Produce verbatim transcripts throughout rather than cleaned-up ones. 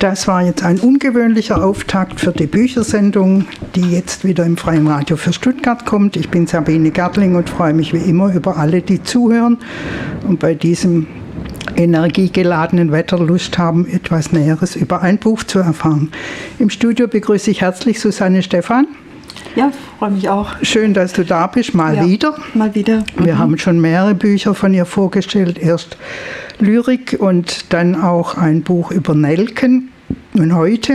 Das war jetzt ein ungewöhnlicher Auftakt für die Büchersendung, die jetzt wieder im Freien Radio für Stuttgart kommt. Ich bin Sabine Gertling und freue mich wie immer über alle, die zuhören und bei diesem energiegeladenen Wetter Lust haben, etwas Näheres über ein Buch zu erfahren. Im Studio begrüße ich herzlich Susanne Stephan. Ja, freue mich auch. Schön, dass du da bist, mal ja, wieder. Mal wieder. Mhm. Wir haben schon mehrere Bücher von ihr vorgestellt. Erst Lyrik und dann auch ein Buch über Nelken. Und heute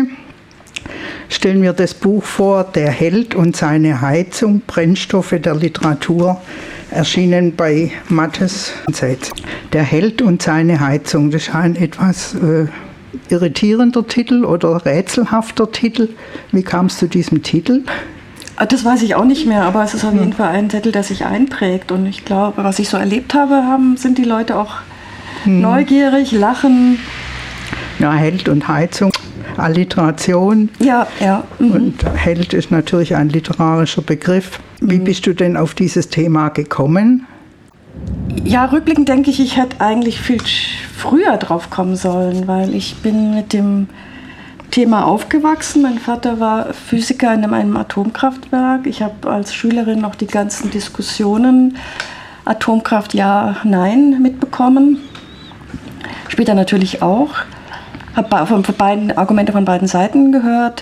stellen wir das Buch vor, Der Held und seine Heizung, Brennstoffe der Literatur, erschienen bei Mattes und Seitz. Der Held und seine Heizung, das ist ein etwas äh, irritierender Titel oder rätselhafter Titel. Wie kam es zu diesem Titel? Das weiß ich auch nicht mehr, aber es ist auf jeden Fall ein Titel, der sich einprägt. Und ich glaube, was ich so erlebt habe, haben, sind die Leute auch hm. neugierig, lachen. Ja, Held und Heizung, Alliteration. Ja, ja. Mhm. Und Held ist natürlich ein literarischer Begriff. Wie mhm. bist du denn auf dieses Thema gekommen? Ja, rückblickend denke ich, ich hätte eigentlich viel früher drauf kommen sollen, weil ich bin mit dem Thema aufgewachsen. Mein Vater war Physiker in einem Atomkraftwerk. Ich habe als Schülerin noch die ganzen Diskussionen Atomkraft ja, nein mitbekommen. Später natürlich auch. Habe von beiden Argumente von beiden Seiten gehört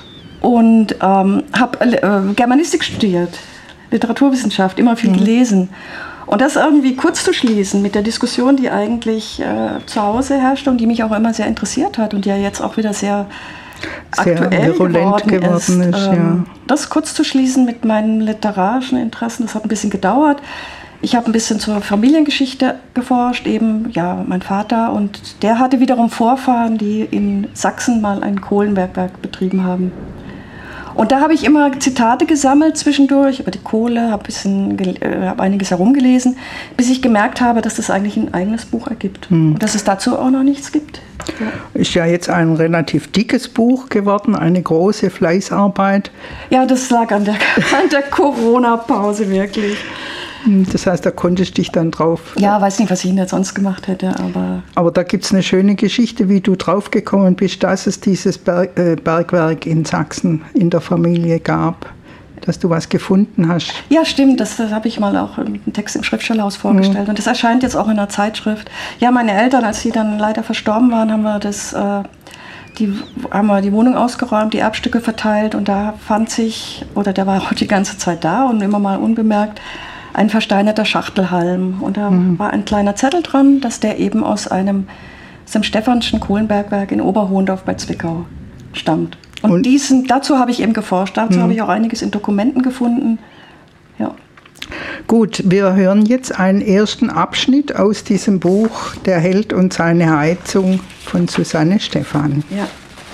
und ähm, habe äh, Germanistik studiert, Literaturwissenschaft, immer viel mhm. gelesen. Und das irgendwie kurz zu schließen mit der Diskussion, die eigentlich äh, zu Hause herrschte und die mich auch immer sehr interessiert hat und die ja jetzt auch wieder sehr, sehr aktuell geworden, geworden ist. ist ähm, ja. Das kurz zu schließen mit meinen literarischen Interessen, das hat ein bisschen gedauert. Ich habe ein bisschen zur Familiengeschichte geforscht, eben ja mein Vater, und der hatte wiederum Vorfahren, die in Sachsen mal ein Kohlenbergwerk betrieben haben. Und da habe ich immer Zitate gesammelt zwischendurch über die Kohle, habe äh, hab einiges herumgelesen, bis ich gemerkt habe, dass das eigentlich ein eigenes Buch ergibt hm. und dass es dazu auch noch nichts gibt. Ja. Ist ja jetzt ein relativ dickes Buch geworden, eine große Fleißarbeit. Ja, das lag an der, an der Corona-Pause wirklich. Das heißt, da konntest du dich dann drauf... Ja, weiß nicht, was ich denn sonst gemacht hätte, aber... Aber da gibt es eine schöne Geschichte, wie du draufgekommen bist, dass es dieses Berg, äh, Bergwerk in Sachsen in der Familie gab, dass du was gefunden hast. Ja, stimmt, das, das habe ich mal auch einen Text im Schriftstellerhaus vorgestellt. Mhm. Und das erscheint jetzt auch in einer Zeitschrift. Ja, meine Eltern, als sie dann leider verstorben waren, haben wir das... Äh, Die haben wir die Wohnung ausgeräumt, die Erbstücke verteilt, und da fand sich, oder der war auch die ganze Zeit da und immer mal unbemerkt, ein versteinerter Schachtelhalm. Und da mhm. war ein kleiner Zettel dran, dass der eben aus einem, aus dem Stephanschen Kohlenbergwerk in Oberhohendorf bei Zwickau stammt. Und, und? Diesen, dazu habe ich eben geforscht, dazu mhm. habe ich auch einiges in Dokumenten gefunden. Ja. Gut, wir hören jetzt einen ersten Abschnitt aus diesem Buch Der Held und seine Heizung von Susanne Stephan. Ja,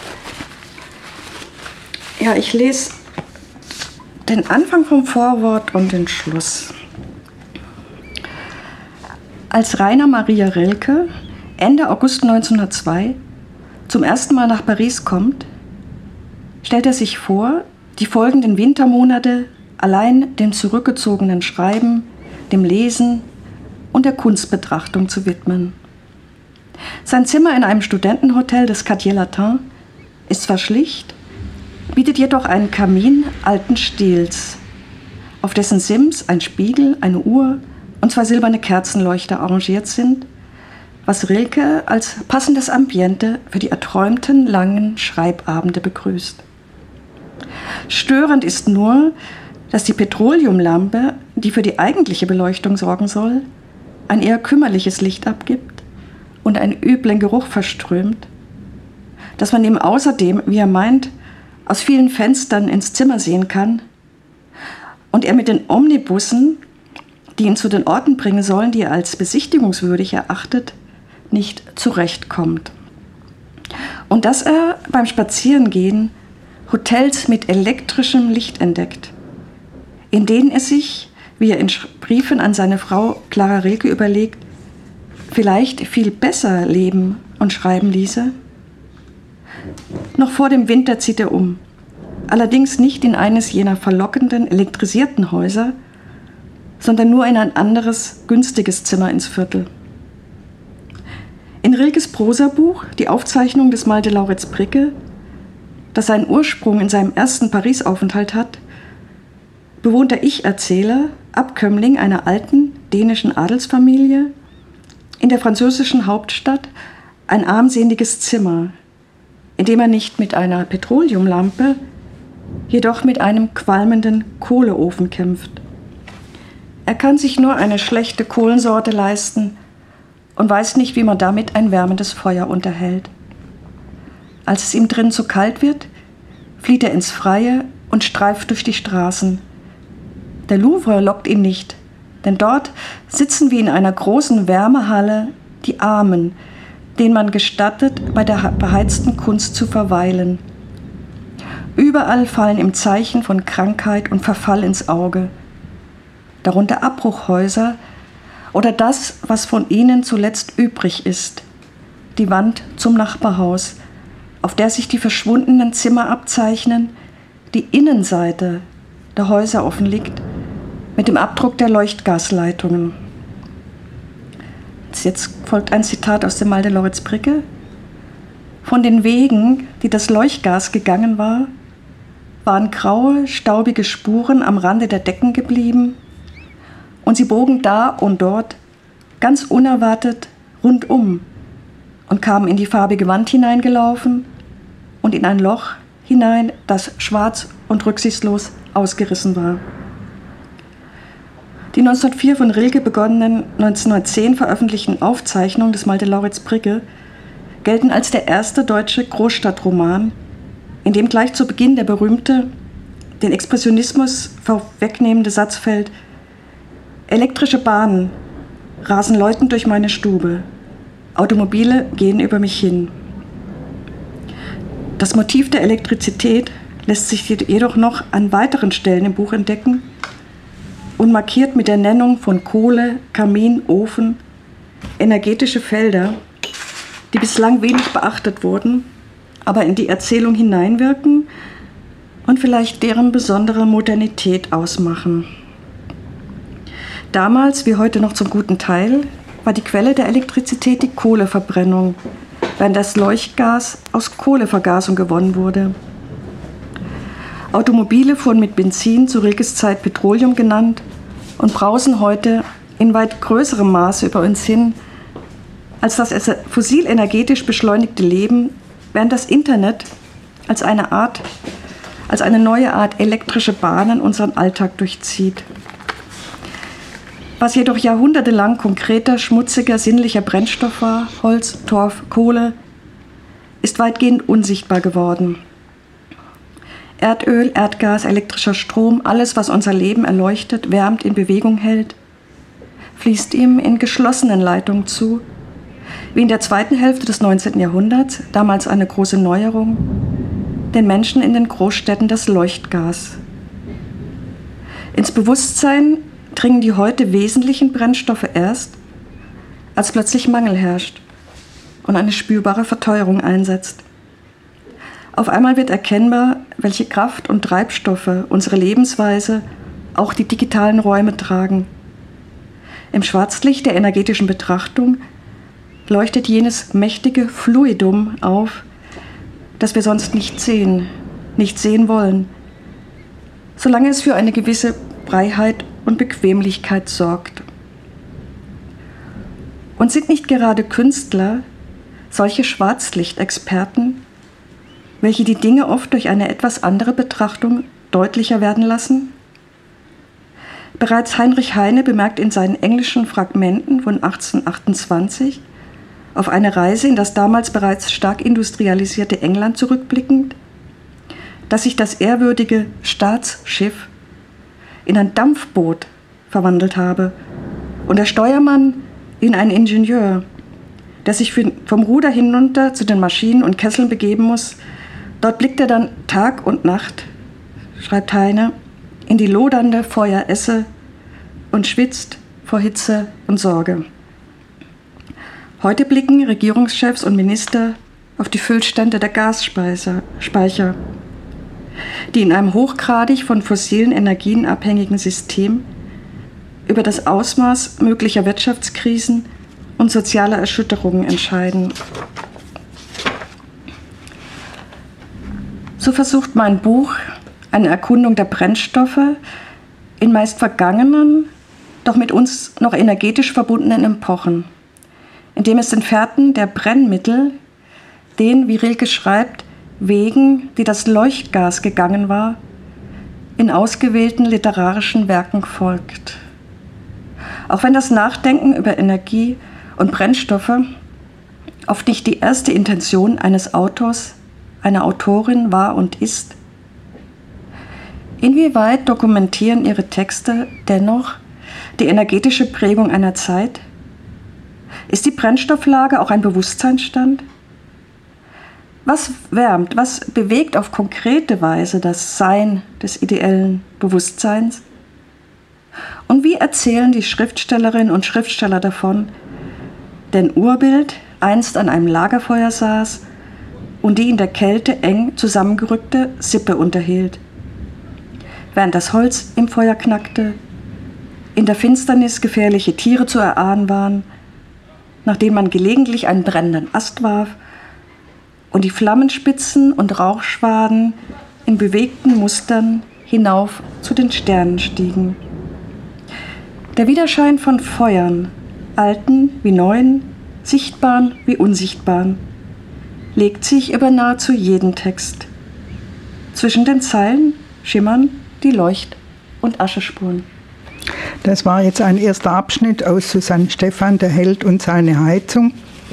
ja, ich lese den Anfang vom Vorwort und den Schluss. Als Rainer Maria Rilke Ende August neunzehnhundertzwei zum ersten Mal nach Paris kommt, stellt er sich vor, die folgenden Wintermonate allein dem zurückgezogenen Schreiben, dem Lesen und der Kunstbetrachtung zu widmen. Sein Zimmer in einem Studentenhotel des Quartier Latin ist zwar schlicht, bietet jedoch einen Kamin alten Stils, auf dessen Sims ein Spiegel, eine Uhr und zwei silberne Kerzenleuchter arrangiert sind, was Rilke als passendes Ambiente für die erträumten langen Schreibabende begrüßt. Störend ist nur, dass die Petroleumlampe, die für die eigentliche Beleuchtung sorgen soll, ein eher kümmerliches Licht abgibt und einen üblen Geruch verströmt, dass man ihm außerdem, wie er meint, aus vielen Fenstern ins Zimmer sehen kann und er mit den Omnibussen, die ihn zu den Orten bringen sollen, die er als besichtigungswürdig erachtet, nicht zurechtkommt. Und dass er beim Spazierengehen Hotels mit elektrischem Licht entdeckt, in denen er sich, wie er in Briefen an seine Frau Clara Rilke überlegt, vielleicht viel besser leben und schreiben ließe. Noch vor dem Winter zieht er um, allerdings nicht in eines jener verlockenden, elektrisierten Häuser, sondern nur in ein anderes, günstiges Zimmer ins Viertel. In Rilkes Prosabuch Die Aufzeichnung des Malte Lauritz Bricke, das seinen Ursprung in seinem ersten Paris-Aufenthalt hat, bewohnt der Ich-Erzähler, Abkömmling einer alten dänischen Adelsfamilie, in der französischen Hauptstadt ein armseliges Zimmer, in dem er nicht mit einer Petroleumlampe, jedoch mit einem qualmenden Kohleofen kämpft. Er kann sich nur eine schlechte Kohlensorte leisten und weiß nicht, wie man damit ein wärmendes Feuer unterhält. Als es ihm drin zu kalt wird, flieht er ins Freie und streift durch die Straßen. Der Louvre lockt ihn nicht, denn dort sitzen wie in einer großen Wärmehalle die Armen, denen man gestattet, bei der beheizten Kunst zu verweilen. Überall fallen ihm Zeichen von Krankheit und Verfall ins Auge, darunter Abbruchhäuser oder das, was von ihnen zuletzt übrig ist, die Wand zum Nachbarhaus, auf der sich die verschwundenen Zimmer abzeichnen, die Innenseite der Häuser offen liegt, mit dem Abdruck der Leuchtgasleitungen. Jetzt folgt ein Zitat aus dem Malte Lauritz Bricke. Von den Wegen, die das Leuchtgas gegangen war, waren graue, staubige Spuren am Rande der Decken geblieben und sie bogen da und dort ganz unerwartet rundum und kamen in die farbige Wand hineingelaufen und in ein Loch hinein, das schwarz und rücksichtslos ausgerissen war. Die neunzehnhundertvier von Rilke begonnenen, neunzehnhundertzehn veröffentlichten Aufzeichnungen des Malte Lauritz Bricke gelten als der erste deutsche Großstadtroman, in dem gleich zu Beginn der berühmte, den Expressionismus vorwegnehmende Satz fällt: Elektrische Bahnen rasen läutend durch meine Stube, Automobile gehen über mich hin. Das Motiv der Elektrizität lässt sich jedoch noch an weiteren Stellen im Buch entdecken und markiert mit der Nennung von Kohle, Kamin, Ofen energetische Felder, die bislang wenig beachtet wurden, aber in die Erzählung hineinwirken und vielleicht deren besondere Modernität ausmachen. Damals, wie heute noch zum guten Teil, war die Quelle der Elektrizität die Kohleverbrennung, während das Leuchtgas aus Kohlevergasung gewonnen wurde. Automobile fuhren mit Benzin, zu Rilkes Zeit Petroleum genannt, und brausen heute in weit größerem Maße über uns hin, als das fossilenergetisch beschleunigte Leben, während das Internet als eine Art, als eine neue Art elektrische Bahnen unseren Alltag durchzieht. Was jedoch jahrhundertelang konkreter, schmutziger, sinnlicher Brennstoff war, Holz, Torf, Kohle, ist weitgehend unsichtbar geworden. Erdöl, Erdgas, elektrischer Strom, alles, was unser Leben erleuchtet, wärmt, in Bewegung hält, fließt ihm in geschlossenen Leitungen zu, wie in der zweiten Hälfte des neunzehnten Jahrhunderts, damals eine große Neuerung, den Menschen in den Großstädten das Leuchtgas. Ins Bewusstsein dringen die heute wesentlichen Brennstoffe erst, als plötzlich Mangel herrscht und eine spürbare Verteuerung einsetzt. Auf einmal wird erkennbar, welche Kraft und Treibstoffe unsere Lebensweise, auch die digitalen Räume tragen. Im Schwarzlicht der energetischen Betrachtung leuchtet jenes mächtige Fluidum auf, das wir sonst nicht sehen, nicht sehen wollen, solange es für eine gewisse Freiheit und Bequemlichkeit sorgt. Und sind nicht gerade Künstler solche Schwarzlichtexperten, welche die Dinge oft durch eine etwas andere Betrachtung deutlicher werden lassen? Bereits Heinrich Heine bemerkt in seinen englischen Fragmenten von achtzehnhundertachtundzwanzig, auf eine Reise in das damals bereits stark industrialisierte England zurückblickend, dass sich das ehrwürdige Staatsschiff in ein Dampfboot verwandelt habe und der Steuermann in einen Ingenieur, der sich vom Ruder hinunter zu den Maschinen und Kesseln begeben muss. Dort blickt er dann Tag und Nacht, schreibt Heine, in die lodernde Feueresse und schwitzt vor Hitze und Sorge. Heute blicken Regierungschefs und Minister auf die Füllstände der Gasspeicher, die in einem hochgradig von fossilen Energien abhängigen System über das Ausmaß möglicher Wirtschaftskrisen und soziale Erschütterungen entscheiden. So versucht mein Buch eine Erkundung der Brennstoffe in meist vergangenen, doch mit uns noch energetisch verbundenen Epochen, indem es den Fährten der Brennmittel, den, wie Rilke schreibt, Wegen, die das Leuchtgas gegangen war, in ausgewählten literarischen Werken folgt. Auch wenn das Nachdenken über Energie und Brennstoffe oft nicht die erste Intention eines Autors, einer Autorin war und ist, inwieweit dokumentieren ihre Texte dennoch die energetische Prägung einer Zeit? Ist die Brennstofflage auch ein Bewusstseinsstand? Was wärmt, was bewegt auf konkrete Weise das Sein des ideellen Bewusstseins? Und wie erzählen die Schriftstellerinnen und Schriftsteller davon, deren Urbild einst an einem Lagerfeuer saß und die in der Kälte eng zusammengerückte Sippe unterhielt, während das Holz im Feuer knackte, in der Finsternis gefährliche Tiere zu erahnen waren, nachdem man gelegentlich einen brennenden Ast warf und die Flammenspitzen und Rauchschwaden in bewegten Mustern hinauf zu den Sternen stiegen. Der Widerschein von Feuern, alten wie neuen, sichtbaren wie unsichtbaren, legt sich über nahezu jeden Text. Zwischen den Zeilen schimmern die Leucht- und Aschespuren. Das war jetzt ein erster Abschnitt aus Susanne Stephan, Der Held und seine Heizung.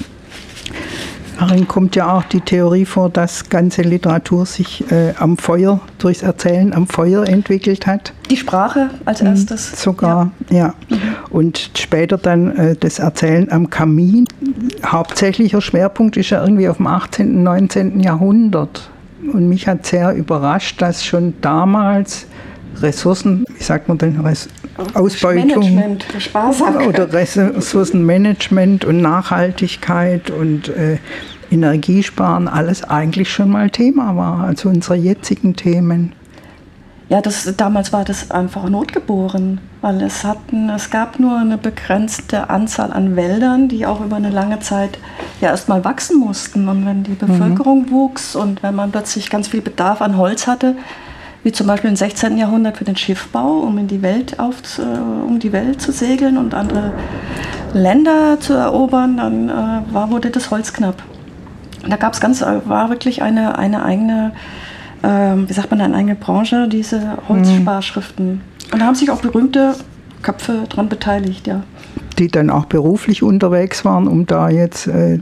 Darin kommt ja auch die Theorie vor, dass ganze Literatur sich äh, am Feuer, durchs Erzählen am Feuer entwickelt hat. Die Sprache als erstes. Mhm, sogar, ja. ja. Mhm. Und später dann äh, das Erzählen am Kamin. Hauptsächlicher Schwerpunkt ist ja irgendwie auf dem achtzehnten, neunzehnten Jahrhundert. Und mich hat sehr überrascht, dass schon damals Ressourcen, wie sagt man denn, Res Ausbeutung Management, Sparsamkeit. Oder Ressourcenmanagement und Nachhaltigkeit und äh, Energiesparen, alles eigentlich schon mal Thema war, also unsere jetzigen Themen. Ja, das, damals war das einfach notgeboren, weil es, hatten, es gab nur eine begrenzte Anzahl an Wäldern, die auch über eine lange Zeit ja erstmal wachsen mussten. Und wenn die Bevölkerung mhm. wuchs und wenn man plötzlich ganz viel Bedarf an Holz hatte, wie zum Beispiel im sechzehnten Jahrhundert für den Schiffbau, um in die Welt auf, um die Welt zu segeln und andere Länder zu erobern, dann äh, war, wurde das Holz knapp. Da gab es ganz, war wirklich eine, eine eigene, äh, wie sagt man, eine eigene Branche, diese Holzsparschriften. Und da haben sich auch berühmte Köpfe dran beteiligt, ja. Die dann auch beruflich unterwegs waren, um da jetzt äh,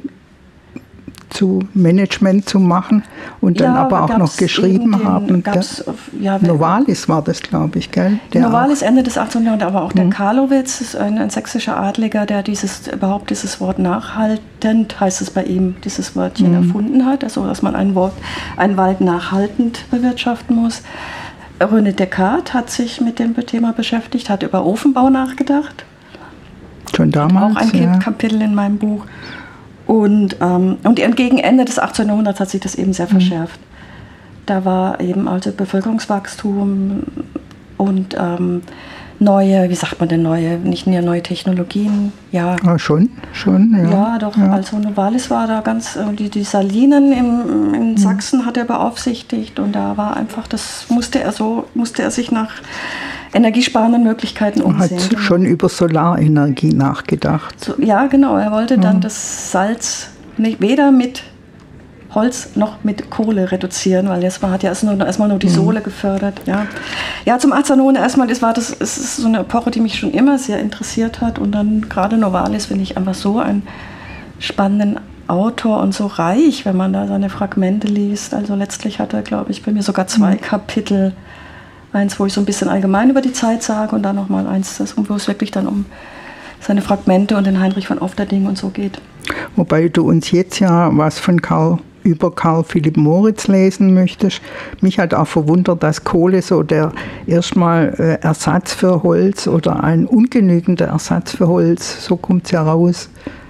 zu Management zu machen und dann ja, aber auch noch geschrieben den, haben. Ja, Novalis war das, glaube ich, gell? Der Novalis auch. Ende des achtzehnten. Jahrhunderts, aber auch der mhm. Karlowitz, ist ein, ein sächsischer Adliger, der dieses, überhaupt dieses Wort nachhaltend, heißt es bei ihm, dieses Wörtchen mhm. erfunden hat, also dass man ein Wort, einen Wald nachhaltend bewirtschaften muss. René Descartes hat sich mit dem Thema beschäftigt, hat über Ofenbau nachgedacht. Schon damals, auch ein ja. Kapitel in meinem Buch. Und, ähm, und gegen Ende des achtzehnten. Jahrhunderts hat sich das eben sehr verschärft. Mhm. Da war eben also Bevölkerungswachstum und ähm, neue, wie sagt man denn, neue, nicht nur neue Technologien. Ja, ah, schon, schon, ja. Ja, doch, ja. Also Novalis war da ganz, die, die Salinen im, in Sachsen mhm. hat er beaufsichtigt und da war einfach, das musste er so, musste er sich nach energiesparenden Möglichkeiten umsehen. Er hat schon über Solarenergie nachgedacht. So, ja, genau. Er wollte dann mhm. das Salz nicht, weder mit Holz noch mit Kohle reduzieren, weil das hat ja erstmal nur, erstmal nur die Sohle mhm. gefördert. Ja, ja, zum achtzehnten. Jahrhundert erstmal, das war das, es ist so eine Epoche, die mich schon immer sehr interessiert hat. Und dann gerade Novalis finde ich einfach so einen spannenden Autor und so reich, wenn man da seine Fragmente liest. Also letztlich hat er, glaube ich, bei mir sogar zwei mhm. Kapitel. Eins, wo ich so ein bisschen allgemein über die Zeit sage und dann nochmal eins, das, wo es wirklich dann um seine Fragmente und den Heinrich von Ofterding und so geht. Wobei du uns jetzt ja was von Karl, über Karl Philipp Moritz lesen möchtest. Mich hat auch verwundert, dass Kohle so der erstmal äh, Ersatz für Holz oder ein ungenügender Ersatz für Holz, so kommt es ja raus.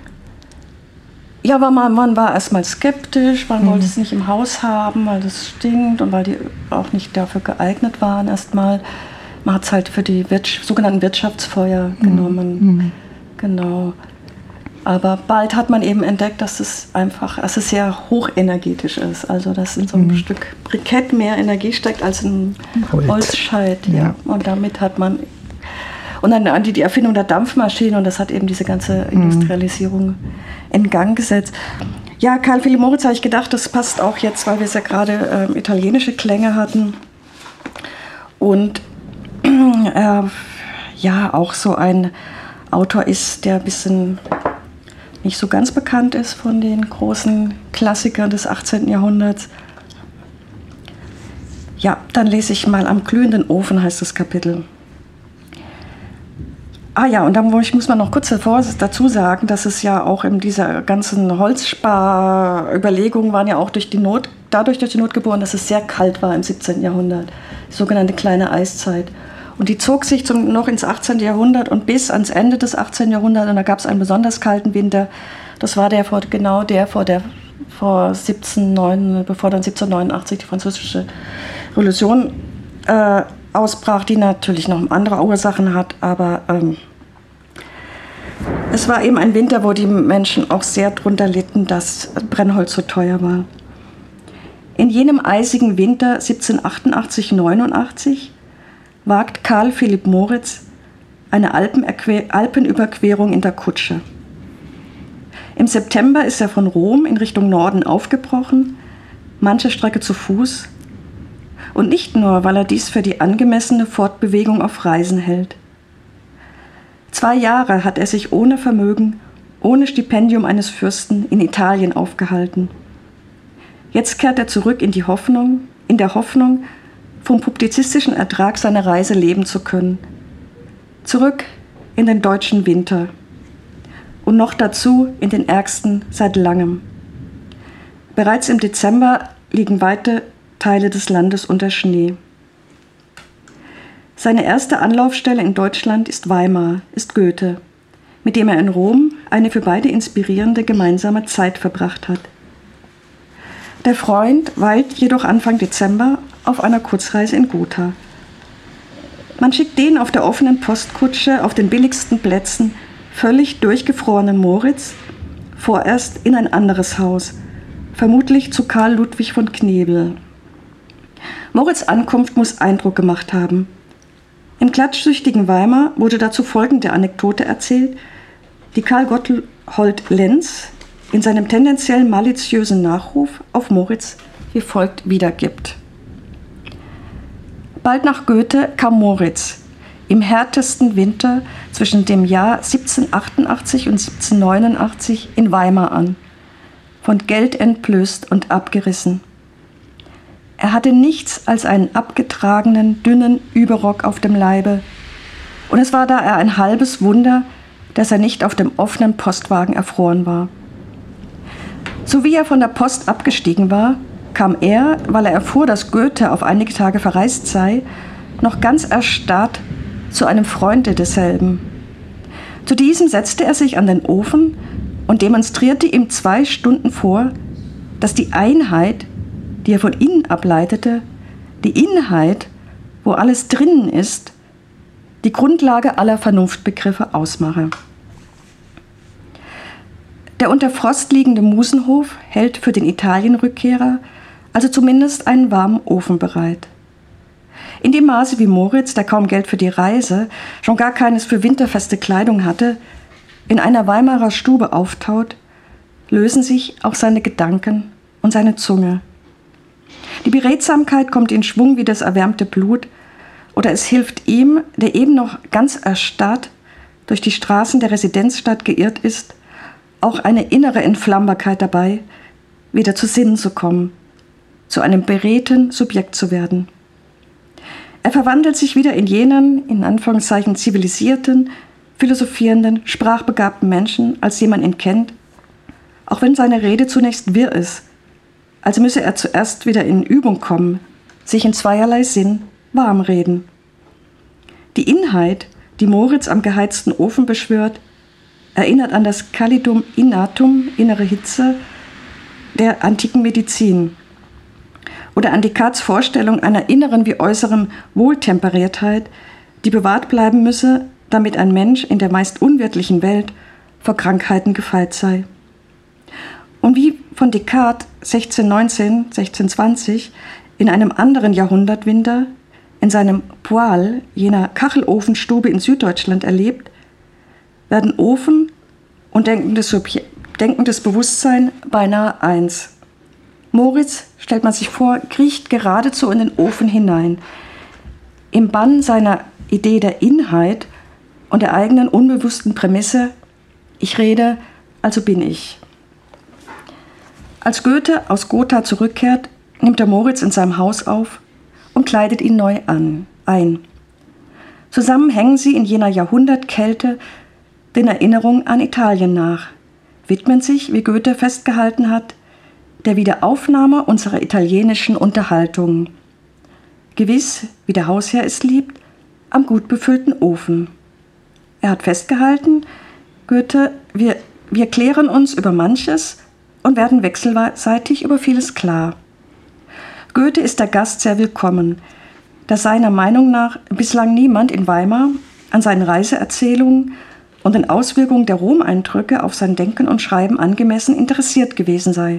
Ja, aber man, man war erstmal skeptisch, man mhm. wollte es nicht im Haus haben, weil das stinkt und weil die auch nicht dafür geeignet waren erstmal. Man hat es halt für die Wirtschaft, sogenannten Wirtschaftsfeuer genommen. Mhm. Genau. Aber bald hat man eben entdeckt, dass es einfach, dass es sehr hochenergetisch ist. Also dass in so einem mhm. Stück Brikett mehr Energie steckt als in Holz. Holzscheit. Ja. Ja. Und damit hat man und dann die, die Erfindung der Dampfmaschine und das hat eben diese ganze Industrialisierung mhm. in Gang gesetzt. Ja, Karl Philipp Moritz habe ich gedacht, das passt auch jetzt, weil wir es ja gerade äh, italienische Klänge hatten. Und äh, ja, auch so ein Autor ist, der ein bisschen nicht so ganz bekannt ist von den großen Klassikern des achtzehnten Jahrhunderts. Ja, dann lese ich mal Am glühenden Ofen, heißt das Kapitel. Ah ja, und dann muss, muss man noch kurz dazu sagen, dass es ja auch in dieser ganzen Holzsparüberlegungen waren ja auch durch die Not, dadurch durch die Not geboren, dass es sehr kalt war im siebzehnten Jahrhundert, die sogenannte kleine Eiszeit. Und die zog sich zum, noch ins achtzehnten Jahrhundert und bis ans Ende des achtzehnten Jahrhunderts. Und da gab es einen besonders kalten Winter. Das war der vor, genau der vor der vor siebzehnhundertneun, bevor dann siebzehnhundertneunundachtzig die französische Revolution äh, ausbrach, die natürlich noch andere Ursachen hat. Aber ähm, es war eben ein Winter, wo die Menschen auch sehr drunter litten, dass Brennholz so teuer war. In jenem eisigen Winter siebzehnhundertachtundachtzig neunundachtzig wagt Karl Philipp Moritz eine Alpenüberquerung in der Kutsche. Im September ist er von Rom in Richtung Norden aufgebrochen, manche Strecke zu Fuß. Und nicht nur, weil er dies für die angemessene Fortbewegung auf Reisen hält. Zwei Jahre hat er sich ohne Vermögen, ohne Stipendium eines Fürsten in Italien aufgehalten. Jetzt kehrt er zurück in die Hoffnung, in der Hoffnung, vom publizistischen Ertrag seiner Reise leben zu können. Zurück in den deutschen Winter. Und noch dazu in den ärgsten seit langem. Bereits im Dezember liegen weite Teile des Landes unter Schnee. Seine erste Anlaufstelle in Deutschland ist Weimar, ist Goethe, mit dem er in Rom eine für beide inspirierende gemeinsame Zeit verbracht hat. Der Freund weilt jedoch Anfang Dezember auf einer Kurzreise in Gotha. Man schickt den auf der offenen Postkutsche auf den billigsten Plätzen völlig durchgefrorenen Moritz vorerst in ein anderes Haus, vermutlich zu Karl Ludwig von Knebel. Moritz' Ankunft muss Eindruck gemacht haben. Im klatschsüchtigen Weimar wurde dazu folgende Anekdote erzählt, die Karl Gotthold Lenz in seinem tendenziell maliziösen Nachruf auf Moritz wie folgt wiedergibt. Bald nach Goethe kam Moritz im härtesten Winter zwischen dem Jahr siebzehnhundertachtundachtzig und siebzehnhundertneunundachtzig in Weimar an, von Geld entblößt und abgerissen. Er hatte nichts als einen abgetragenen, dünnen Überrock auf dem Leibe. Und es war daher ein halbes Wunder, dass er nicht auf dem offenen Postwagen erfroren war. So wie er von der Post abgestiegen war, kam er, weil er erfuhr, dass Goethe auf einige Tage verreist sei, noch ganz erstarrt zu einem Freunde desselben. Zu diesem setzte er sich an den Ofen und demonstrierte ihm zwei Stunden vor, dass die Einheit, die er von innen ableitete, die Inheit, wo alles drinnen ist, die Grundlage aller Vernunftbegriffe ausmache. Der unter Frost liegende Musenhof hält für den Italienrückkehrer also zumindest einen warmen Ofen bereit. In dem Maße wie Moritz, der kaum Geld für die Reise, schon gar keines für winterfeste Kleidung hatte, in einer Weimarer Stube auftaut, lösen sich auch seine Gedanken und seine Zunge. Die Beredsamkeit kommt in Schwung wie das erwärmte Blut, oder es hilft ihm, der eben noch ganz erstarrt durch die Straßen der Residenzstadt geirrt ist, auch eine innere Entflammbarkeit dabei, wieder zu Sinnen zu kommen, zu einem beredten Subjekt zu werden. Er verwandelt sich wieder in jenen, in Anführungszeichen zivilisierten, philosophierenden, sprachbegabten Menschen, als jemand ihn kennt, auch wenn seine Rede zunächst wirr ist, also müsse er zuerst wieder in Übung kommen, sich in zweierlei Sinn warm reden. Die Inheit, die Moritz am geheizten Ofen beschwört, erinnert an das Calidum innatum, innere Hitze, der antiken Medizin. Oder an Descartes' Vorstellung einer inneren wie äußeren Wohltemperiertheit, die bewahrt bleiben müsse, damit ein Mensch in der meist unwirtlichen Welt vor Krankheiten gefeit sei. Und wie von Descartes sechzehnhundertneunzehn, sechzehnhundertzwanzig in einem anderen Jahrhundertwinter in seinem Poêle, jener Kachelofenstube in Süddeutschland, erlebt, werden Ofen und denkendes, Subje- denkendes Bewusstsein beinahe eins. Moritz, stellt man sich vor, kriecht geradezu in den Ofen hinein. Im Bann seiner Idee der Inheit und der eigenen unbewussten Prämisse, ich rede, also bin ich. Als Goethe aus Gotha zurückkehrt, nimmt er Moritz in seinem Haus auf und kleidet ihn neu an, ein. Zusammen hängen sie in jener Jahrhundertkälte den Erinnerungen an Italien nach, widmen sich, wie Goethe festgehalten hat, der Wiederaufnahme unserer italienischen Unterhaltung. Gewiss, wie der Hausherr es liebt, am gut befüllten Ofen. Er hat festgehalten, Goethe, wir, wir klären uns über manches und werden wechselseitig über vieles klar. Goethe ist der Gast sehr willkommen, da seiner Meinung nach bislang niemand in Weimar an seinen Reiseerzählungen und den Auswirkungen der Rom-Eindrücke auf sein Denken und Schreiben angemessen interessiert gewesen sei.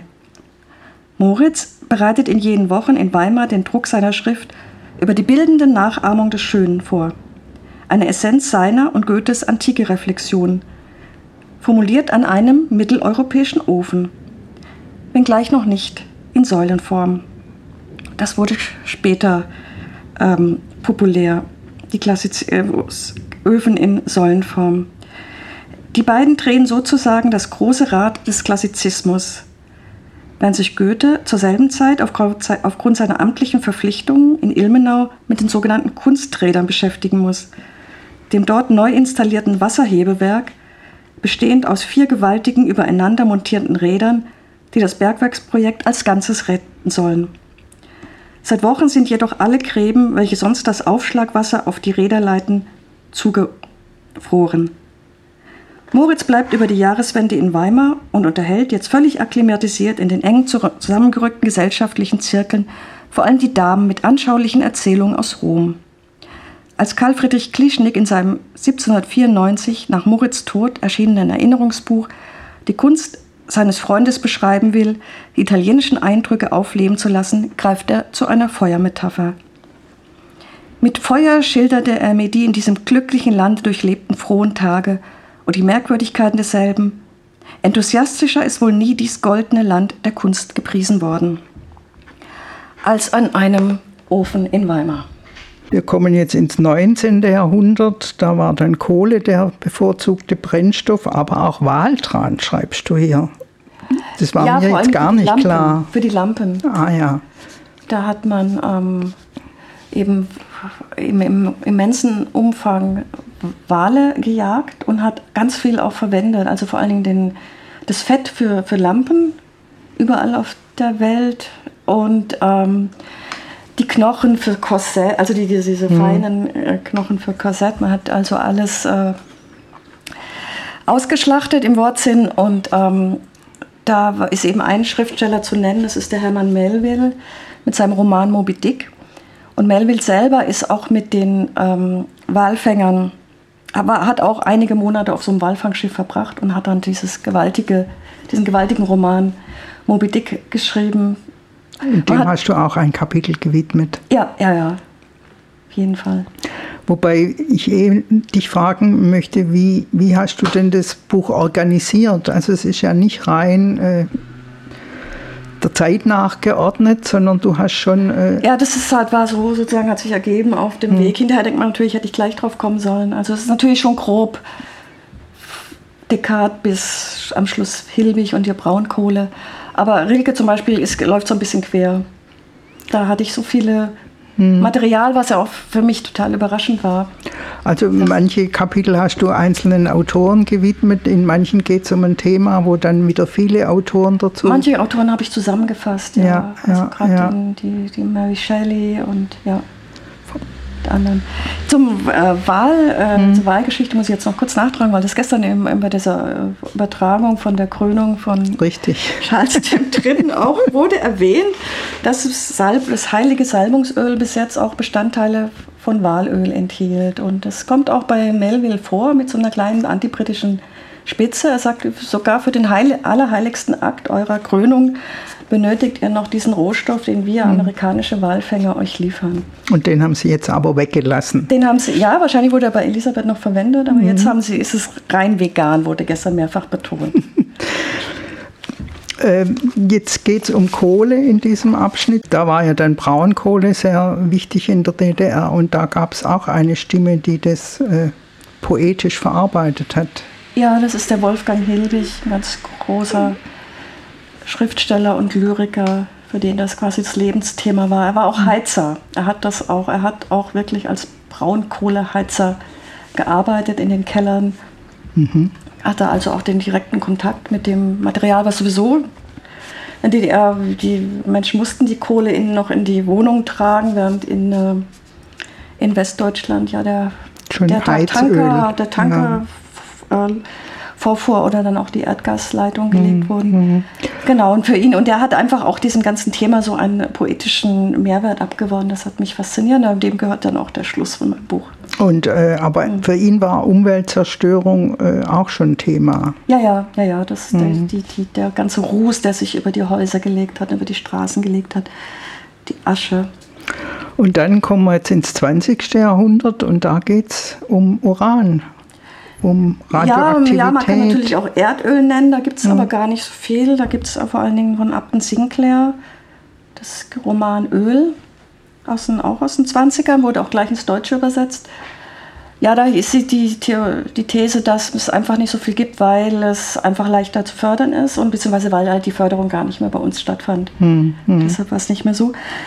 Moritz bereitet in jenen Wochen in Weimar den Druck seiner Schrift über die bildende Nachahmung des Schönen vor, eine Essenz seiner und Goethes antike Reflexion, formuliert an einem mitteleuropäischen Ofen, wenngleich noch nicht in Säulenform. Das wurde später ähm, populär, die Klassiz- äh, Öfen in Säulenform. Die beiden drehen sozusagen das große Rad des Klassizismus, während sich Goethe zur selben Zeit aufgrund seiner amtlichen Verpflichtungen in Ilmenau mit den sogenannten Kunsträdern beschäftigen muss, dem dort neu installierten Wasserhebewerk, bestehend aus vier gewaltigen übereinander montierten Rädern, die das Bergwerksprojekt als Ganzes retten sollen. Seit Wochen sind jedoch alle Gräben, welche sonst das Aufschlagwasser auf die Räder leiten, zugefroren. Moritz bleibt über die Jahreswende in Weimar und unterhält, jetzt völlig akklimatisiert in den eng zusammengerückten gesellschaftlichen Zirkeln, vor allem die Damen mit anschaulichen Erzählungen aus Rom. Als Karl Friedrich Klischnik in seinem siebzehnhundertvierundneunzig nach Moritz' Tod erschienenen Erinnerungsbuch die Kunst seines Freundes beschreiben will, die italienischen Eindrücke aufleben zu lassen, greift er zu einer Feuermetapher. Mit Feuer schilderte er mir die in diesem glücklichen Land durchlebten frohen Tage und die Merkwürdigkeiten desselben. Enthusiastischer ist wohl nie dies goldene Land der Kunst gepriesen worden, als an einem Ofen in Weimar. Wir kommen jetzt ins neunzehnten. Jahrhundert, da war dann Kohle der bevorzugte Brennstoff, aber auch Waltran, schreibst du hier. Das war ja, mir jetzt gar nicht Lampen, klar. Für die Lampen. Ah ja. Da hat man ähm, eben im, im immensen Umfang Wale gejagt und hat ganz viel auch verwendet. Also vor allen Dingen den, das Fett für, für Lampen überall auf der Welt und ähm, die Knochen für Korsett, also die, diese mhm. feinen äh, Knochen für Korsett. Man hat also alles äh, ausgeschlachtet im Wortsinn und ähm, da ist eben ein Schriftsteller zu nennen, das ist der Herman Melville mit seinem Roman Moby Dick. Und Melville selber ist auch mit den ähm, Walfängern, aber hat auch einige Monate auf so einem Walfangschiff verbracht und hat dann dieses gewaltige, diesen gewaltigen Roman Moby Dick geschrieben. Dem hat, hast du auch ein Kapitel gewidmet. Ja, ja, ja, auf jeden Fall. Wobei ich eh dich fragen möchte, wie, wie hast du denn das Buch organisiert? Also es ist ja nicht rein äh, der Zeit nachgeordnet, sondern du hast schon... Äh ja, das ist halt, war so sozusagen, hat sich ergeben auf dem hm. Weg. Hinterher denkt man natürlich, hätte ich gleich drauf kommen sollen. Also es ist natürlich schon grob Descartes bis am Schluss Hilbig und die Braunkohle. Aber Rilke zum Beispiel ist, läuft so ein bisschen quer. Da hatte ich so viele hm. Material, was ja auch für mich total überraschend war. Also das manche Kapitel hast du einzelnen Autoren gewidmet, in manchen geht es um ein Thema, wo dann wieder viele Autoren dazu... Manche Autoren habe ich zusammengefasst, ja. ja also ja, gerade ja. die, die Mary Shelley und ja, die anderen. Zum äh, Wahl, äh, hm. zur Wahlgeschichte muss ich jetzt noch kurz nachtragen, weil das gestern eben, eben bei dieser Übertragung von der Krönung von Richtig. Charles der Dritte auch wurde erwähnt, dass das, Salb, das heilige Salbungsöl bis jetzt auch Bestandteile von Walöl enthielt. Und das kommt auch bei Melville vor mit so einer kleinen antibritischen Spitze. Er sagt, sogar für den Heil- allerheiligsten Akt eurer Krönung benötigt ihr noch diesen Rohstoff, den wir amerikanische Walfänger euch liefern. Und den haben Sie jetzt aber weggelassen? Den haben Sie, ja, wahrscheinlich wurde er bei Elisabeth noch verwendet, aber mhm. jetzt haben Sie, ist es rein vegan, wurde gestern mehrfach betont. ähm, jetzt geht es um Kohle in diesem Abschnitt. Da war ja dann Braunkohle sehr wichtig in der D D R und da gab es auch eine Stimme, die das äh, poetisch verarbeitet hat. Ja, das ist der Wolfgang Hilbig, ein ganz großer Schriftsteller und Lyriker, für den das quasi das Lebensthema war. Er war auch Heizer. Er hat das auch, er hat auch wirklich als Braunkohleheizer gearbeitet in den Kellern. Mhm. Hatte also auch den direkten Kontakt mit dem Material, was sowieso in der D D R, die Menschen mussten die Kohle in, noch in die Wohnung tragen, während in, äh, in Westdeutschland ja der, der Tanker, der Tanker ja. äh, Vorfuhr oder dann auch die Erdgasleitung gelegt mhm. wurden. Genau, und für ihn, und er hat einfach auch diesem ganzen Thema so einen poetischen Mehrwert abgewonnen. Das hat mich fasziniert, und dem gehört dann auch der Schluss von meinem Buch. Und äh, aber mhm. für ihn war Umweltzerstörung äh, auch schon Thema. Ja, ja, ja, ja. Das, mhm. der, die, die, der ganze Ruß, der sich über die Häuser gelegt hat, über die Straßen gelegt hat, die Asche. Und dann kommen wir jetzt ins zwanzigste Jahrhundert und da geht es um Uran. Um Radioaktivität. Ja, ja, man kann natürlich auch Erdöl nennen, da gibt es ja. aber gar nicht so viel. Da gibt es vor allen Dingen von Upton Sinclair das Roman Öl, aus den, auch aus den zwanzigern, wurde auch gleich ins Deutsche übersetzt. Ja, da ist die, die, die These, dass es einfach nicht so viel gibt, weil es einfach leichter zu fördern ist und beziehungsweise weil halt die Förderung gar nicht mehr bei uns stattfand. Hm, hm. Deshalb war es nicht mehr so.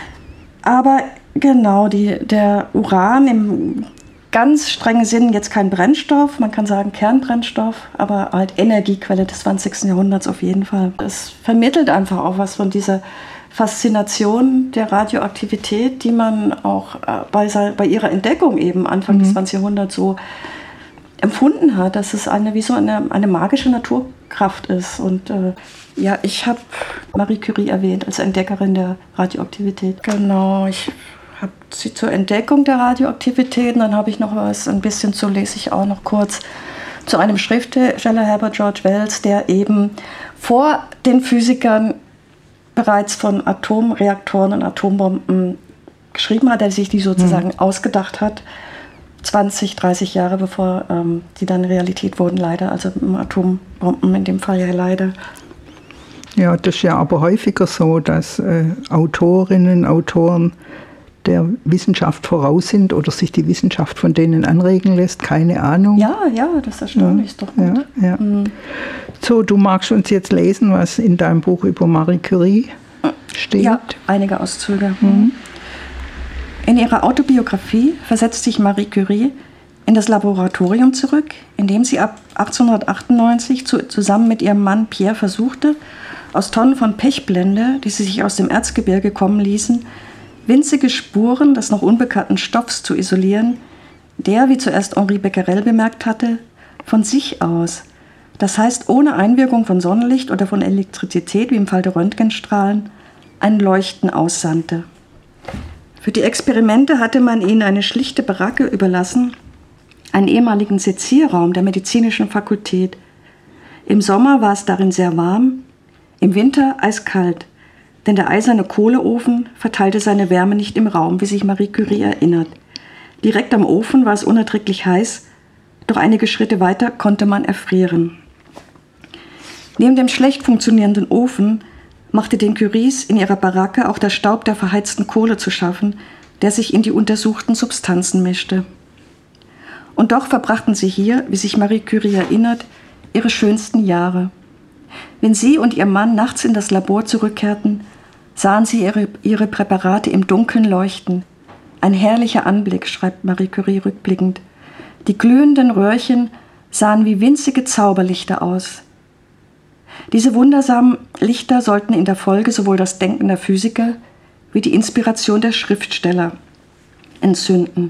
Aber genau, die, der Uran im ganz strengen Sinn jetzt kein Brennstoff, man kann sagen Kernbrennstoff, aber halt Energiequelle des zwanzigsten Jahrhunderts auf jeden Fall. Es vermittelt einfach auch was von dieser Faszination der Radioaktivität, die man auch bei, bei ihrer Entdeckung eben Anfang mhm. des zwanzigsten Jahrhunderts so empfunden hat, dass es eine, wie so eine, eine magische Naturkraft ist. Und äh, ja, ich habe Marie Curie erwähnt als Entdeckerin der Radioaktivität. Genau, ich habe sie zur Entdeckung der Radioaktivität, und dann habe ich noch was, ein bisschen zu, lese ich auch noch kurz, zu einem Schriftsteller, Herbert George Wells, der eben vor den Physikern bereits von Atomreaktoren und Atombomben geschrieben hat, der sich die sozusagen mhm. ausgedacht hat, zwanzig, dreißig Jahre bevor ähm, die dann Realität wurden, leider, also Atombomben in dem Fall ja leider. Ja, das ist ja aber häufiger so, dass äh, Autorinnen, Autoren der Wissenschaft voraus sind oder sich die Wissenschaft von denen anregen lässt, keine Ahnung. Ja, ja, das ist erstaunlich, ist doch gut. Ja, ja. Mhm. So, du magst uns jetzt lesen, was in deinem Buch über Marie Curie steht? Ja, einige Auszüge. Mhm. In ihrer Autobiografie versetzt sich Marie Curie in das Laboratorium zurück, in dem sie ab achtzehnhundertachtundneunzig zu, zusammen mit ihrem Mann Pierre versuchte, aus Tonnen von Pechblende, die sie sich aus dem Erzgebirge kommen ließen, winzige Spuren des noch unbekannten Stoffs zu isolieren, der, wie zuerst Henri Becquerel bemerkt hatte, von sich aus, das heißt ohne Einwirkung von Sonnenlicht oder von Elektrizität, wie im Fall der Röntgenstrahlen, ein Leuchten aussandte. Für die Experimente hatte man ihnen eine schlichte Baracke überlassen, einen ehemaligen Sezierraum der medizinischen Fakultät. Im Sommer war es darin sehr warm, im Winter eiskalt, denn der eiserne Kohleofen verteilte seine Wärme nicht im Raum, wie sich Marie Curie erinnert. Direkt am Ofen war es unerträglich heiß, doch einige Schritte weiter konnte man erfrieren. Neben dem schlecht funktionierenden Ofen machte den Curies in ihrer Baracke auch der Staub der verheizten Kohle zu schaffen, der sich in die untersuchten Substanzen mischte. Und doch verbrachten sie hier, wie sich Marie Curie erinnert, ihre schönsten Jahre. Wenn sie und ihr Mann nachts in das Labor zurückkehrten, sahen sie ihre, ihre Präparate im Dunkeln leuchten. Ein herrlicher Anblick, schreibt Marie Curie rückblickend. Die glühenden Röhrchen sahen wie winzige Zauberlichter aus. Diese wundersamen Lichter sollten in der Folge sowohl das Denken der Physiker wie die Inspiration der Schriftsteller entzünden.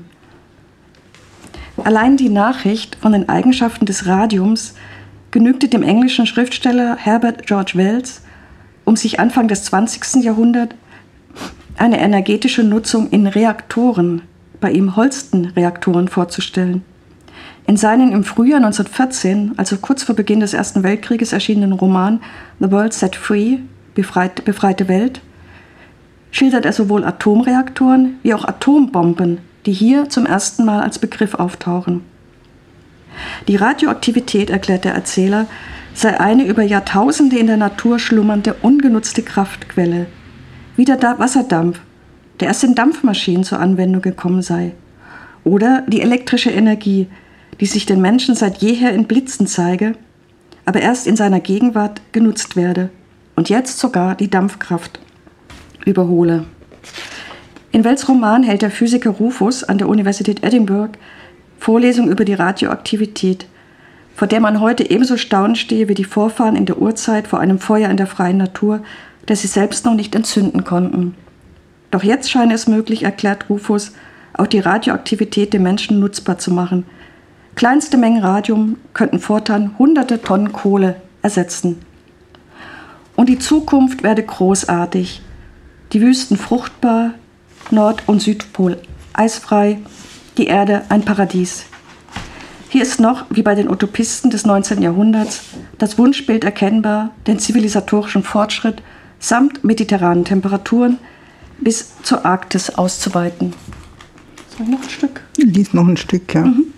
Allein die Nachricht von den Eigenschaften des Radiums genügte dem englischen Schriftsteller Herbert George Wells, um sich Anfang des zwanzigsten Jahrhunderts eine energetische Nutzung in Reaktoren, bei ihm Holston-Reaktoren, vorzustellen. In seinem im Frühjahr neunzehnhundertvierzehn, also kurz vor Beginn des Ersten Weltkrieges erschienenen Roman The World Set Free, Befreit, befreite Welt, schildert er sowohl Atomreaktoren wie auch Atombomben, die hier zum ersten Mal als Begriff auftauchen. Die Radioaktivität, erklärt der Erzähler, sei eine über Jahrtausende in der Natur schlummernde, ungenutzte Kraftquelle, wie der Wasserdampf, der erst in Dampfmaschinen zur Anwendung gekommen sei, oder die elektrische Energie, die sich den Menschen seit jeher in Blitzen zeige, aber erst in seiner Gegenwart genutzt werde und jetzt sogar die Dampfkraft überhole. In Wells Roman hält der Physiker Rufus an der Universität Edinburgh Vorlesungen über die Radioaktivität, vor der man heute ebenso staunend stehe wie die Vorfahren in der Urzeit vor einem Feuer in der freien Natur, das sie selbst noch nicht entzünden konnten. Doch jetzt scheine es möglich, erklärt Rufus, auch die Radioaktivität den Menschen nutzbar zu machen. Kleinste Mengen Radium könnten fortan hunderte Tonnen Kohle ersetzen. Und die Zukunft werde großartig. Die Wüsten fruchtbar, Nord- und Südpol eisfrei, die Erde ein Paradies. Hier ist noch, wie bei den Utopisten des neunzehnten Jahrhunderts, das Wunschbild erkennbar, den zivilisatorischen Fortschritt samt mediterranen Temperaturen bis zur Arktis auszuweiten. Soll ich noch ein Stück? Lies noch ein Stück, ja. Mhm.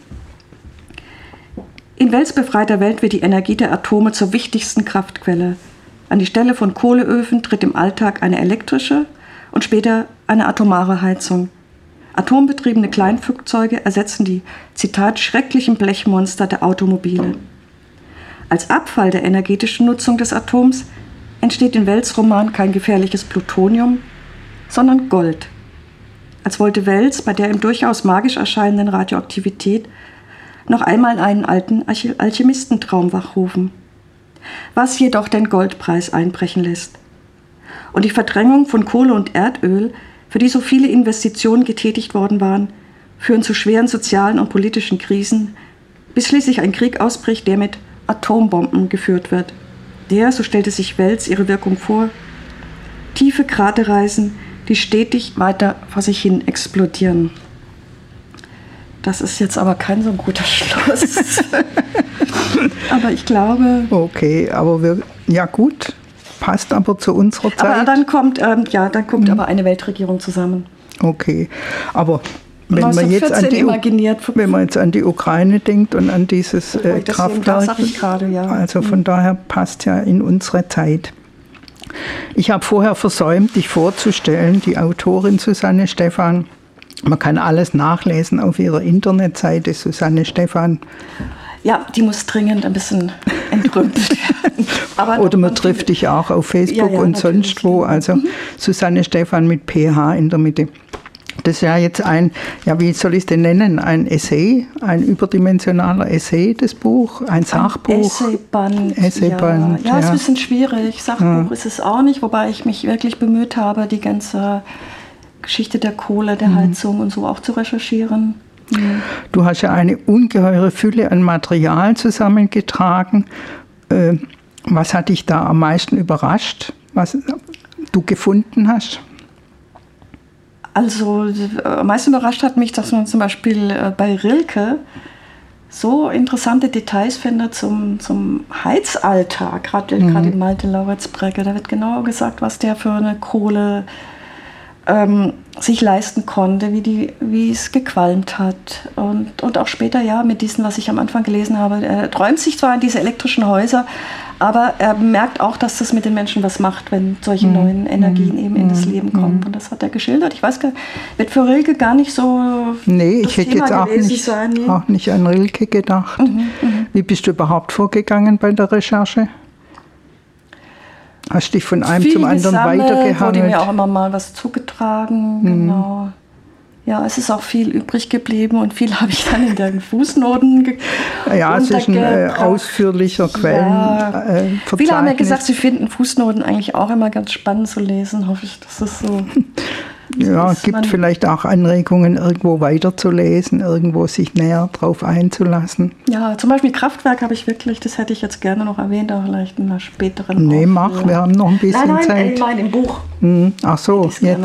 In Wells befreiter Welt wird die Energie der Atome zur wichtigsten Kraftquelle. An die Stelle von Kohleöfen tritt im Alltag eine elektrische und später eine atomare Heizung. Atombetriebene Kleinflugzeuge ersetzen die, Zitat, schrecklichen Blechmonster der Automobile. Als Abfall der energetischen Nutzung des Atoms entsteht in Wells Roman kein gefährliches Plutonium, sondern Gold. Als wollte Wells bei der ihm durchaus magisch erscheinenden Radioaktivität noch einmal einen alten Alchemistentraum wachrufen, was jedoch den Goldpreis einbrechen lässt. Und die Verdrängung von Kohle und Erdöl, für die so viele Investitionen getätigt worden waren, führen zu schweren sozialen und politischen Krisen, bis schließlich ein Krieg ausbricht, der mit Atombomben geführt wird. Der, so stellte sich Wells ihre Wirkung vor, tiefe Kraterreisen, die stetig weiter vor sich hin explodieren. Das ist jetzt aber kein so guter Schluss. Aber ich glaube... Okay, aber wir, ja gut, passt aber zu unserer Zeit. Aber dann kommt, ähm, ja, dann kommt mhm. aber eine Weltregierung zusammen. Okay, aber wenn man, jetzt an die, wenn man jetzt an die Ukraine denkt und an dieses äh, Kraftwerk, ja. also von mhm. daher passt ja in unsere Zeit. Ich habe vorher versäumt, dich vorzustellen, die Autorin Susanne Stephan. Man kann alles nachlesen auf ihrer Internetseite, Susanne Stephan. Ja, die muss dringend ein bisschen entrümpelt werden. Aber Oder man trifft dich auch auf Facebook ja, ja, und sonst wo. Also mhm. Susanne Stephan mit P H in der Mitte. Das ist ja jetzt ein, ja wie soll ich es denn nennen, ein Essay, ein überdimensionaler Essay, das Buch, ein Sachbuch. Ein Essayband, Essayband ja. Ja, ist ein bisschen schwierig. Sachbuch ja. ist es auch nicht, wobei ich mich wirklich bemüht habe, die ganze Geschichte der Kohle, der mhm. Heizung und so auch zu recherchieren. Mhm. Du hast ja eine ungeheure Fülle an Material zusammengetragen. Äh, was hat dich da am meisten überrascht, was du gefunden hast? Also am meisten überrascht hat mich, dass man zum Beispiel bei Rilke so interessante Details findet zum, zum Heizalltag, gerade mhm. in Malte Lauritz-Bregge. Da wird genau gesagt, was der für eine Kohle ähm, sich leisten konnte, wie, die, wie es gequalmt hat. Und, und auch später, ja, mit diesen, was ich am Anfang gelesen habe, er träumt sich zwar an diese elektrischen Häuser, aber er merkt auch, dass das mit den Menschen was macht, wenn solche neuen Energien eben in das Leben kommen. Und das hat er geschildert. Ich weiß gar nicht, wird für Rilke gar nicht so Nee, ich hätte jetzt auch nicht, sein, nee. auch nicht an Rilke gedacht. Mhm, mh. Wie bist du überhaupt vorgegangen bei der Recherche? Hast dich von einem Viel zum anderen gesammelt, weitergehangelt? Wurde mir auch immer mal was zugetragen, mhm. genau. Ja, es ist auch viel übrig geblieben und viel habe ich dann in den Fußnoten ge- Ja, es ist ein äh, ausführlicher Quellen. Ja. Äh, Viele haben ja gesagt, sie finden Fußnoten eigentlich auch immer ganz spannend zu lesen. Hoffe ich, dass das so Ja, es gibt vielleicht auch Anregungen, irgendwo weiterzulesen, irgendwo sich näher drauf einzulassen. Ja, zum Beispiel Kraftwerk habe ich wirklich, das hätte ich jetzt gerne noch erwähnt, auch vielleicht in einer späteren Nee, mach, wir haben noch ein bisschen nein, nein, Zeit. Nein, nein, im Buch. Hm, ach so, jetzt.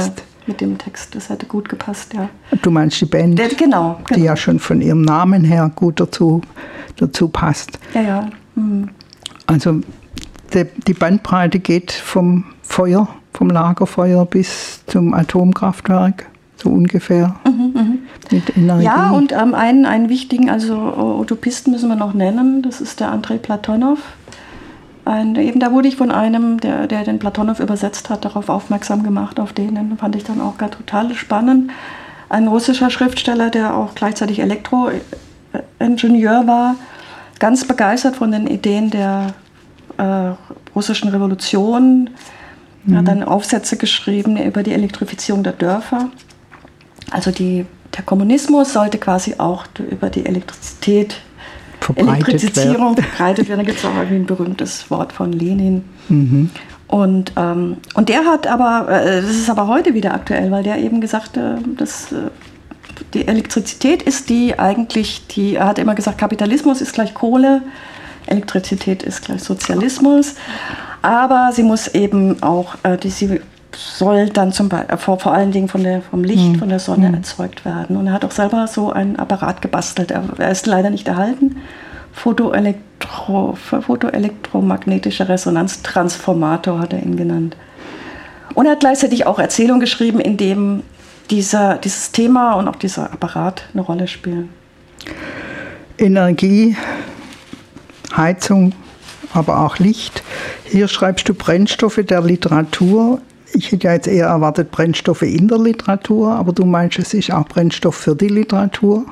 mit dem Text. Das hätte gut gepasst, ja. Du meinst die Band, Der, genau, genau. die ja schon von ihrem Namen her gut dazu, dazu passt. Ja, ja. Mhm. Also die, die Bandbreite geht vom Feuer, vom Lagerfeuer bis zum Atomkraftwerk, so ungefähr. Mhm, mh. Mit Energie. Ja, und ähm, einen, einen wichtigen, also Utopisten müssen wir noch nennen, das ist der Andrei Platonow. Ein, eben da wurde ich von einem, der, der den Platonow übersetzt hat, darauf aufmerksam gemacht, auf den, den fand ich dann auch gar total spannend. Ein russischer Schriftsteller, der auch gleichzeitig Elektroingenieur war, ganz begeistert von den Ideen der äh, russischen Revolution. Er hat dann Aufsätze geschrieben über die Elektrifizierung der Dörfer. Also die, der Kommunismus sollte quasi auch über die Elektrizität, verbreitet Elektrizierung werden. verbreitet werden. Da gibt es auch ein berühmtes Wort von Lenin. Mhm. Und, ähm, und der hat aber, äh, das ist aber heute wieder aktuell, weil der eben gesagt hat, äh, dass äh, die Elektrizität ist die eigentlich, die, er hat immer gesagt, Kapitalismus ist gleich Kohle, Elektrizität ist gleich Sozialismus, aber sie muss eben auch, äh, die, sie soll dann zum Beispiel, vor, vor allen Dingen von der, vom Licht, mhm. von der Sonne mhm. erzeugt werden. Und er hat auch selber so einen Apparat gebastelt, er, er ist leider nicht erhalten, Photoelektro, Photoelektromagnetischer Resonanztransformator hat er ihn genannt. Und er hat gleichzeitig auch Erzählungen geschrieben, in dem dieser, dieses Thema und auch dieser Apparat eine Rolle spielen. Energie, Heizung, aber auch Licht. Hier schreibst du Brennstoffe der Literatur. Ich hätte ja jetzt eher erwartet Brennstoffe in der Literatur, aber du meinst, es ist auch Brennstoff für die Literatur?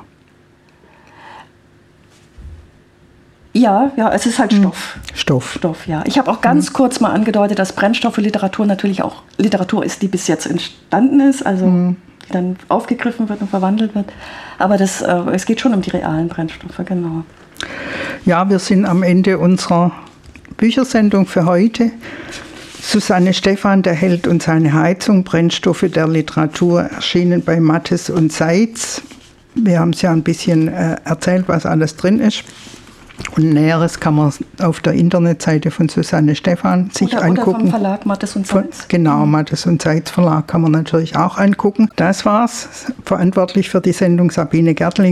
Ja, ja, es ist halt Stoff. Stoff. Stoff, ja. Ich habe auch ganz mhm. kurz mal angedeutet, dass Brennstoff für Literatur natürlich auch Literatur ist, die bis jetzt entstanden ist, also mhm. die dann aufgegriffen wird und verwandelt wird. Aber das, äh, es geht schon um die realen Brennstoffe, genau. Ja, wir sind am Ende unserer Büchersendung für heute. Susanne Stephan, Der Held und seine Heizung, Brennstoffe der Literatur, erschienen bei Mattes und Seitz. Wir haben es ja ein bisschen äh, erzählt, was alles drin ist. Und Näheres kann man auf der Internetseite von Susanne Stephan sich oder, angucken. Oder vom Verlag Mattes und Seitz. Von, genau, Mattes und Seitz Verlag kann man natürlich auch angucken. Das war's. Verantwortlich für die Sendung Sabine Gärtling.